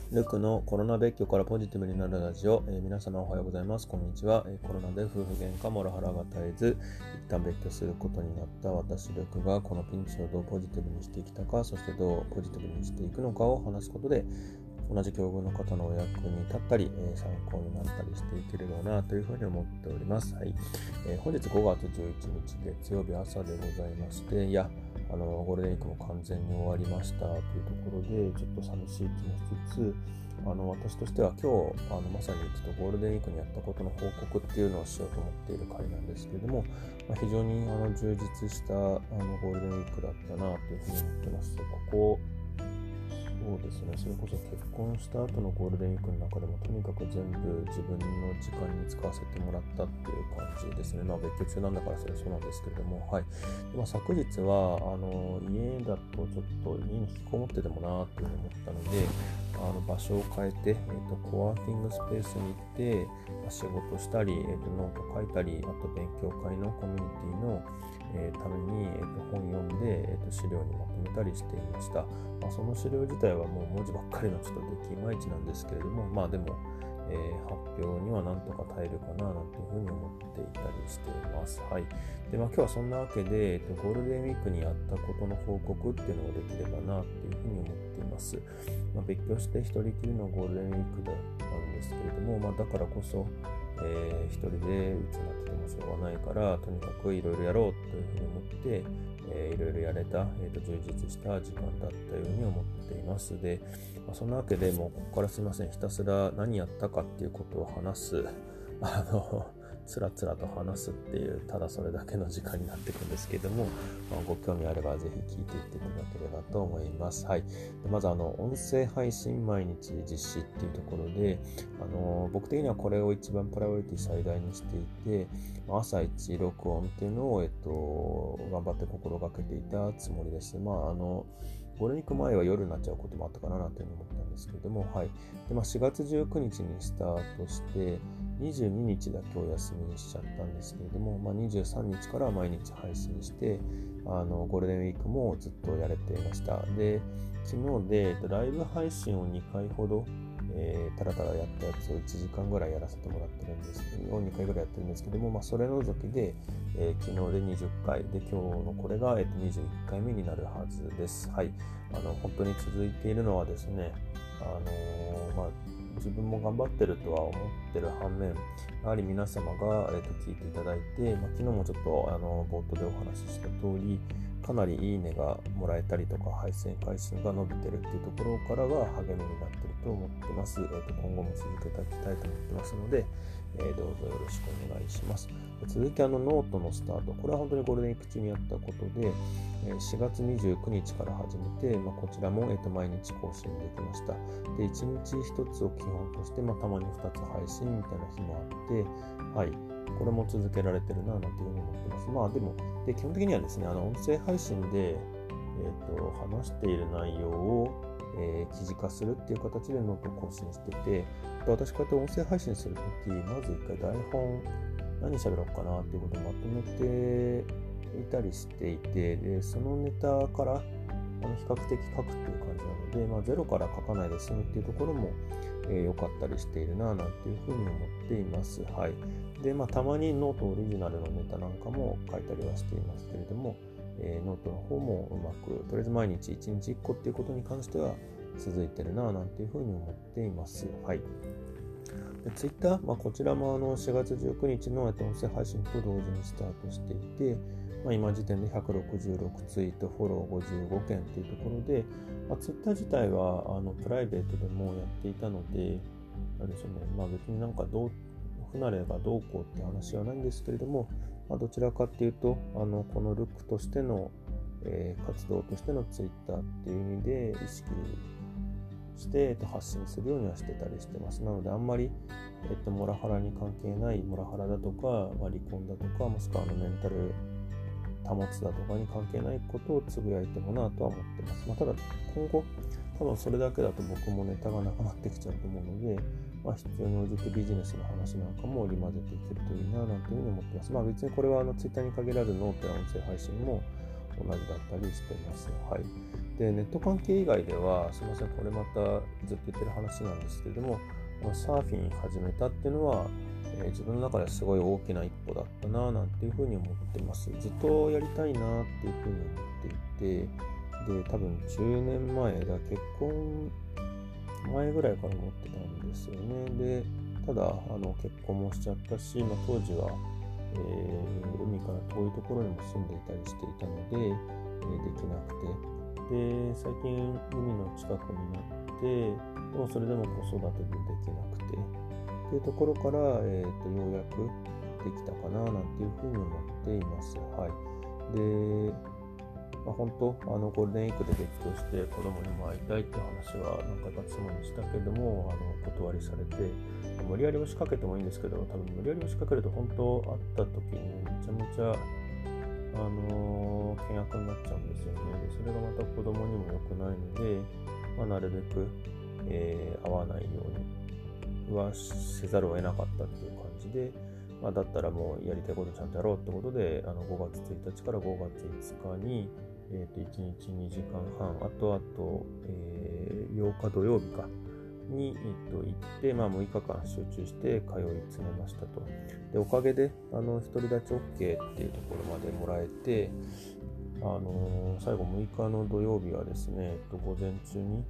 ルクのコロナ別居からポジティブになるラジオ、皆様おはようございます。こんにちは。コロナで夫婦喧嘩モラハラが絶えず一旦別居することになった私ルクがこのピンチをどうポジティブにしてきたか、そしてどうポジティブにしていくのかを話すことで同じ境遇の方のお役に立ったり、参考になったりしていければなというふうに思っております。はい。本日5月11日月曜日朝でございまして、ゴールデンウィークも完全に終わりましたというところで、ちょっと寂しい気もしつつ、私としては今日、まさにちょっとゴールデンウィークにやったことの報告っていうのをしようと思っている回なんですけれども、非常に充実したゴールデンウィークだったなというふうに思ってます。そうですね、それこそ結婚した後のゴールデンウィークの中でもとにかく全部自分の時間に使わせてもらったっていう感じですね。別居中なんだからそれはそうなんですけれども、はい。昨日は家だとちょっと家に引きこもっててもなっていうふうに思ったので、場所を変えて、コワーキングスペースに行って、仕事したり、ノート書いたり、あと勉強会のコミュニティのために、本読んで、資料にまとめたりしていました。その資料自体はもう文字ばっかりのちょっと出来いまいちなんですけれども、でも、発表にはなんとか耐えるかななんていうふうに思っていたりしています。はい。で、今日はそんなわけで、ゴールデンウィークにやったことの報告っていうのができればなっていうふうに思っています。別居して一人きりのゴールデンウィークだったんですけれども、だからこそ、一人で鬱になっててもしょうがないから、とにかくいろいろやろうというふうに思って、いろいろやれた、充実した時間だったように思っています。で、そんなわけでもうここからすいません、ひたすら何やったかっていうことを話す、つらつらと話すっていう、ただそれだけの時間になっていくんですけども、ご興味あればぜひ聞いていっていただければと思います。はい。でまず音声配信毎日実施っていうところで、僕的にはこれを一番プライオリティ最大にしていて、朝一録音っていうのを、頑張って心がけていたつもりです。ゴールデンウィーク前は夜になっちゃうこともあったかなというふうに思ったんですけれども、はい。で、4月19日にスタートして、22日だけお休みにしちゃったんですけれども、23日から毎日配信して、ゴールデンウィークもずっとやれていました。で、昨日でライブ配信を2回ほど、たらたらやったやつを1時間ぐらいやらせてもらってるんですけど、2回ぐらいやってるんですけども、それ除きで、昨日で20回で、今日のこれが、21回目になるはずです。はい。本当に続いているのはですね、自分も頑張ってるとは思ってる反面、やはり皆様が、聞いていただいて、昨日もちょっと冒頭でお話しした通り、かなりいいねがもらえたりとか、配信回数が伸びてるっていうところからが励みになってると思ってます。今後も続けていきたいと思ってますので、どうぞよろしくお願いします。続いてノートのスタート。これは本当にゴールデンウィーク中にやったことで、4月29日から始めて、こちらも、毎日更新できました。で、1日1つを基本として、たまに2つ配信みたいな日もあって、はい。これも続けられてるな、なんていうふうに思ってます。で基本的にはですね、音声配信で、話している内容を、記事化するっていう形でノートを更新してて、私こうやって音声配信するとき、まず一回台本、何喋ろうかなっていうことをまとめていたりしていて、で、そのネタから比較的書くっていう感じなので、ゼロから書かないで済むっていうところも、良かったりしているな、なんていうふうに思っています。はい。で、たまにノートオリジナルのネタなんかも書いたりはしていますけれども、ノートの方もうまく、とりあえず毎日1日1個っていうことに関しては続いてるな、なんていうふうに思っています。はい。で、Twitter、こちらも4月19日の音声配信と同時にスタートしていて、今時点で166ツイート、フォロー55件というところで、Twitter 自体はプライベートでもやっていたので、なんでしょうね、別になんか不慣れがどうこうって話はないんですけれども、どちらかっていうと、このルックとしての、活動としての Twitter っていう意味で意識して発信するようにはしてたりしてます。なのであんまり、モラハラに関係ないモラハラだとか、離婚だとか、もしくはメンタル保つだとかに関係ないことをつぶやいてもなとは思ってます。ただ今後多分それだけだと僕もネタがなくなってきちゃうと思うので、必要に応じてビジネスの話なんかも織り交ぜていけるといいななんていうふうに思ってます。別にこれはTwitter に限らずノートや音声配信も同じだったりしています。はい。で、ネット関係以外では、すみません、これまたずっと言ってる話なんですけれども、サーフィン始めたっていうのは、自分の中ですごい大きな一歩だったななんていうふうに思ってます。ずっとやりたいなっていうふうに思っていて、で、多分10年前だ、結婚前ぐらいから思ってたんですよね。で、ただ結婚もしちゃったし、当時は、海から遠いところにも住んでいたりしていたので、できなくて、で最近海の近くになって、でもそれでも子育てでできなくてっていうところから、ようやくできたかななんていうふうに思っています。はい。で、本当ゴールデンウィークで別居して子供にも会いたいって話は何回か妻にしたけども断りされて、無理やり押しかけてもいいんですけど、多分無理やり押しかけると本当会った時にめちゃめちゃ険悪になっちゃうんですよね。でそれがまた子供にも良くないので、なるべく、会わないようにはせざるを得なかったっていう感じで、だったらもうやりたいことちゃんとやろうってことで、5月1日から5月5日に、1日2時間半、あと、8日土曜日かに、行って、6日間集中して通い詰めましたと。で、おかげで、独り立ち OK っていうところまでもらえて、最後6日の土曜日はですね、午前中に、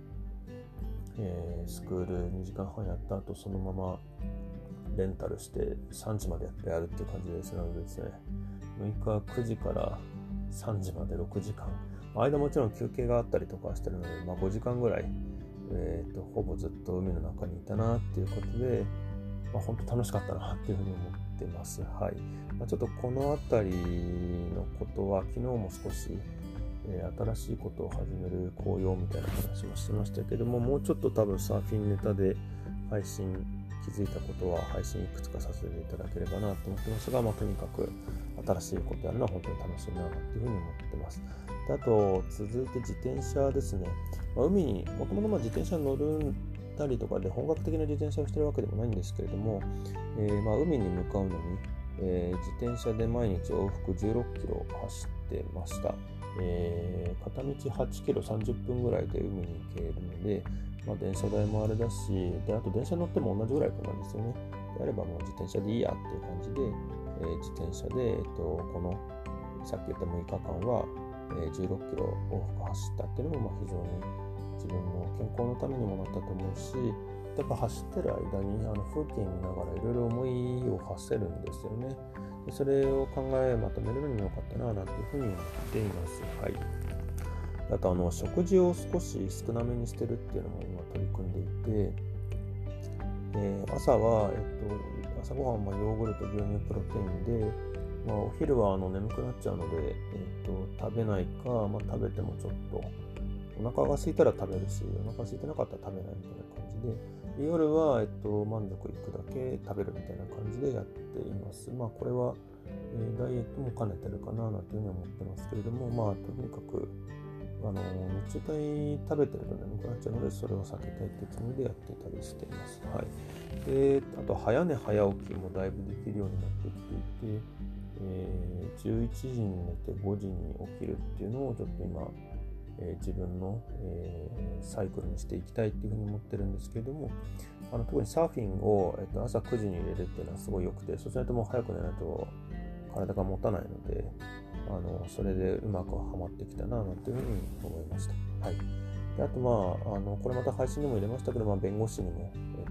スクール2時間半やった後、そのままレンタルして3時までやるっていう感じですのでですね、6日9時から3時まで6時間、間もちろん休憩があったりとかしてるので、5時間ぐらい、ほぼずっと海の中にいたなっていうことで、本当楽しかったなっていうふうに思ってます。はい。ちょっとこのあたりのことは昨日も少し、新しいことを始める紅葉みたいな話もしてましたけども、もうちょっと多分サーフィンネタで配信気づいたことは配信いくつかさせていただければなと思ってますが、とにかく新しいことやるのは本当に楽しいなというふうに思ってます。であと続いて自転車ですね。海にもともと自転車に乗るたりとかで本格的な自転車をしてるわけでもないんですけれども、海に向かうのに、自転車で毎日往復16キロ走ってました。片道8キロ30分ぐらいで海に行けるので、電車代もあれだし、であと電車乗っても同じぐらいかかるんですよね。であればもう自転車でいいやっていう感じで、自転車で、このさっき言った6日間は、16キロ往復走ったっていうのも非常に自分の健康のためにもなったと思うし、やっぱ走ってる間に風景見ながらいろいろ思いを馳せるんですよね。でそれを考えまとめるのにも良かったななんていうふうに思っています。はい。あと食事を少し少なめにしてるっていうのも今取り組んでいて、朝は、朝ごはんはヨーグルト、牛乳、プロテインで、お昼は眠くなっちゃうので、食べないか、食べてもちょっとお腹が空いたら食べるし、お腹空いてなかったら食べないみたいな感じで、夜は、満足いくだけ食べるみたいな感じでやっています。これは、ダイエットも兼ねてるかななんていうふうに思ってますけれども、とにかく日中帯食べてると眠くなっちゃうので、それを避けたいっていうつもりでやっていたりしています。はい。で、あと早寝早起きもだいぶできるようになってきていて、11時に寝て5時に起きるっていうのをちょっと今、自分の、サイクルにしていきたいっていうふうに思ってるんですけれども、特にサーフィンを、朝9時に入れるっていうのはすごい良くて、そうしないともう早く寝ないと体が持たないので、それでうまくはまってきたななんていうふうに思いました。はい。であとこれまた配信にも入れましたけど、弁護士にも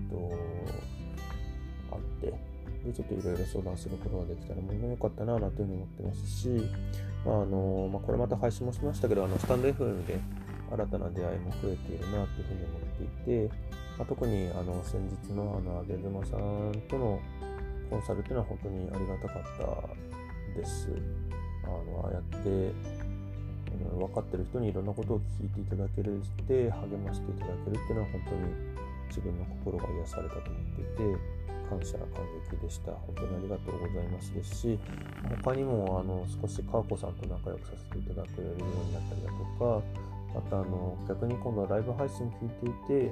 あって、でちょっといろいろ相談することができたらもの良かったななんていうふうに思ってますし、これまた配信もしましたけど、スタンド FM で新たな出会いも増えているなというふうに思っていて、特に先日のあげずまさんとのコンサルっていうのは本当にありがたかったです。ああやって分かってる人にいろんなことを聞いていただけるで励ましていただけるっていうのは本当に自分の心が癒されたと思っていて、感謝感激でした。本当にありがとうございますですし、他にも少し川子さんと仲良くさせていただけるようになったりだとか、また逆に今度はライブ配信聞いていて、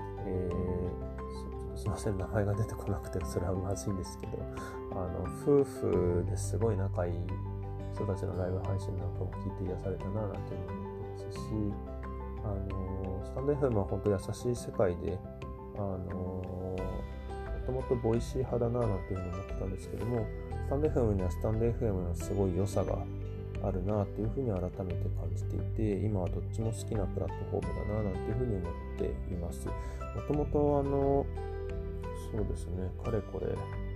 すいません、名前が出てこなくてそれはまずいんですけど、夫婦ですごい仲いい人たちのライブ配信なんかも聞いて癒されたななんていうふうに思ってますし、スタンド FM は本当優しい世界で、もともとボイシー派だななんていうふうに思ってたんですけども、スタンド FM にはスタンド FM のすごい良さがあるなっていうふうに改めて感じていて、今はどっちも好きなプラットフォームだななんていうふうに思っています。もともとそうですね、かれこれ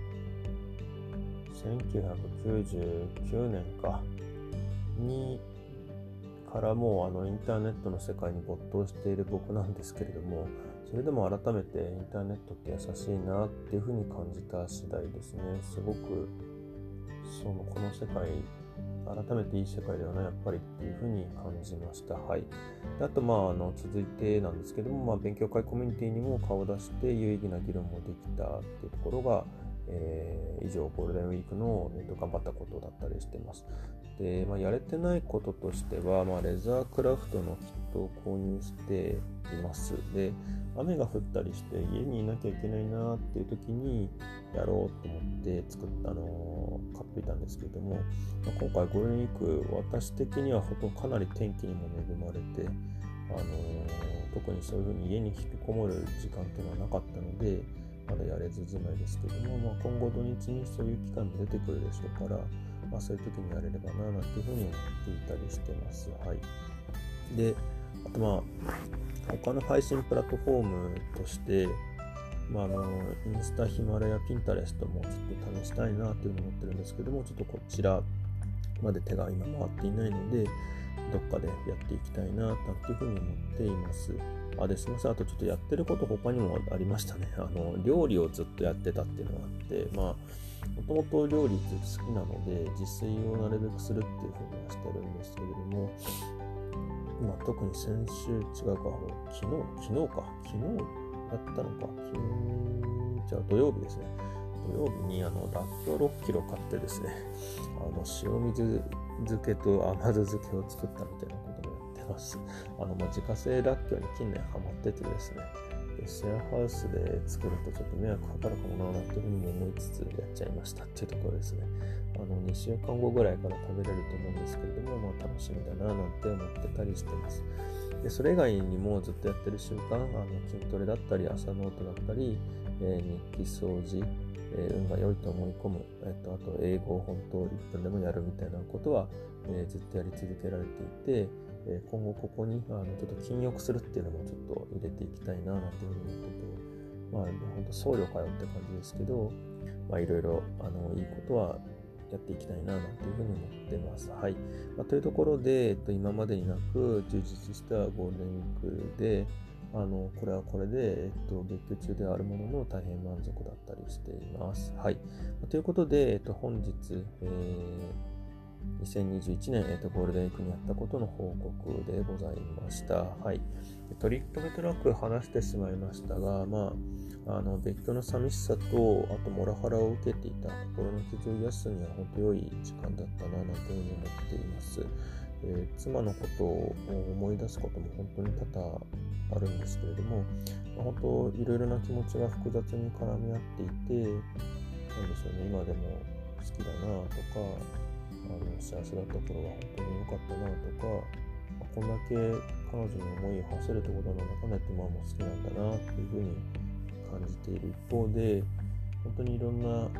1999年かにからもうインターネットの世界に没頭している僕なんですけれども、それでも改めてインターネットって優しいなっていうふうに感じた次第ですね。すごくこの世界改めていい世界だよなやっぱりっていうふうに感じました。はい。であと続いてなんですけども、勉強会コミュニティにも顔を出して有意義な議論もできたっていうところが、以上ゴールデンウィークの、頑張ったことだったりしてます。で、やれてないこととしては、レザークラフトのキットを購入しています。で、雨が降ったりして家にいなきゃいけないなっていう時にやろうと思って買っていたんですけれども、今回ゴールデンウィーク私的にはかなり天気にも恵まれて、特にそういうふうに家に引きこもる時間っていうのはなかったのでまだやれずじまいですけども、今後土日にそういう機会も出てくるでしょうから、そういう時にやれればななんていうふうに思っていたりしてます。はい。で、あと他の配信プラットフォームとして、インスタ、ヒマラヤ、ピンタレストもちょっと試したいなというふうに思ってるんですけども、ちょっとこちらまで手が今回っていないので、どっかでやっていきたいなというふうに思っています。すみません。あとちょっとやってること他にもありましたね。料理をずっとやってたっていうのがあって、もともと料理って好きなので、自炊をなるべくするっていうふうにはしてるんですけれども、特に先週違うか、昨日やったのか、土曜日ですね。土曜日にらっきょう6キロ買ってですね、塩水漬けと甘酢漬けを作ったみたいなこともやってます。自家製らっきょうに近年ハマっててですね、シェアハウスで作るとちょっと迷惑かかるかもななんていうふうにも思いつつやっちゃいましたっていうところですね。2週間後ぐらいから食べれると思うんですけれども、楽しみだななんて思ってたりしてます。で、それ以外にもずっとやってる習慣、筋トレだったり、朝ノートだったり、日記掃除、運が良いと思い込む、あと英語を本当1分でもやるみたいなことは、ずっとやり続けられていて、今後ここにちょっと禁欲するっていうのもちょっと入れていきたいななんていうふうに思ってて、本当僧侶かよって感じですけど、いろいろいいことはやっていきたいななんていうふうに思ってます。はい。というところで、今までになく充実したゴールデンウィークで、これはこれで、別居中であるものの大変満足だったりしています。はい。ということで、本日、2021年、ゴールデンウィークにやったことの報告でございました。はい。取り留めとなく話してしまいましたが、別居の寂しさと、あとモラハラを受けていた心の傷を癒すには本当良い時間だったな、なんていうふうに思っています。妻のことを思い出すことも本当に多々あるんですけれども、本当いろいろな気持ちが複雑に絡み合っていて、なんでしょうね、今でも好きだなとか、幸せだった頃は本当に良かったなとか、こんだけ彼女の思いを馳せるってことは改めてもう好きなんだなっていうふうに感じている一方で、本当にいろんな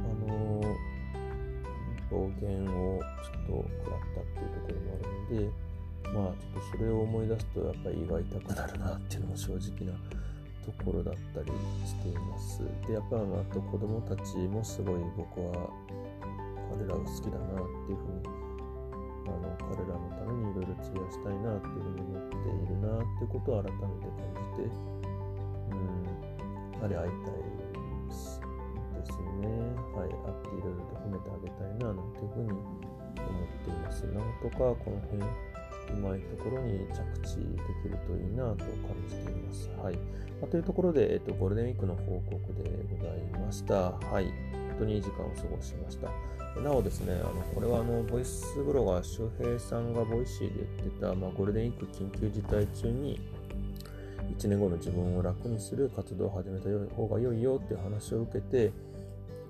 暴言をちょっと食らったっていうところもあるので、ちょっとそれを思い出すとやっぱり胃が痛くなるなっていうのも正直なところだったりしています。で、やっぱりあと子供たちもすごい僕は彼らを好きだなっていうふうに、彼らのためにいろいろ費やしたいなっていうふうに思っているなっていうことを改めて感じて、やはり会いたいですね。はい、会っていろいろと褒めてあげたいななんていうふうに思っています。なんとかこの辺うまいところに着地できるといいなと感じています。はい。というところで、ゴールデンウィークの報告でございました。はい。本当にいい時間を過ごしました。なおですね、これはボイスブロガー周平さんがボイシーで言ってた、ゴールデンウィーク緊急事態中に1年後の自分を楽にする活動を始めた方が良いよっていう話を受けて、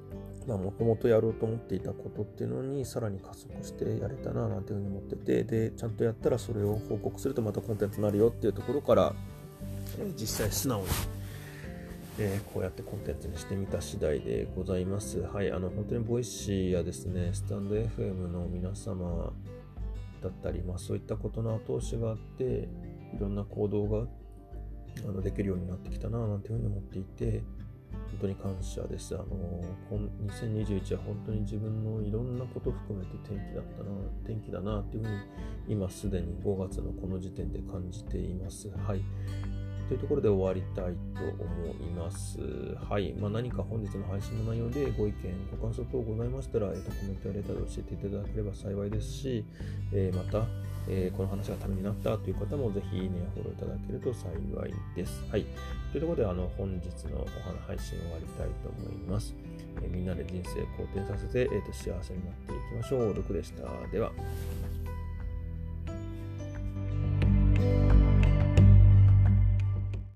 もともとやろうと思っていたことっていうのにさらに加速してやれたななんていうふうに思ってて、でちゃんとやったらそれを報告するとまたコンテンツになるよっていうところから、実際素直に、こうやってコンテンツにしてみた次第でございます。はい、本当にボイシーやですね、スタンド FM の皆様だったり、そういったことの後押しがあって、いろんな行動ができるようになってきたななんていうふうに思っていて、本当に感謝です。2021は本当に自分のいろんなことを含めて転機だなっていうふうに今すでに5月のこの時点で感じています。はい。というところで終わりたいと思います。はい。何か本日の配信の内容でご意見、ご感想等ございましたら、コメントやレターで教えていただければ幸いですし、また、この話がためになったという方もぜひいいねやフォローいただけると幸いです。はい。というところで、本日の配信終わりたいと思います。みんなで人生好転させて、幸せになっていきましょう。ルクでした。では。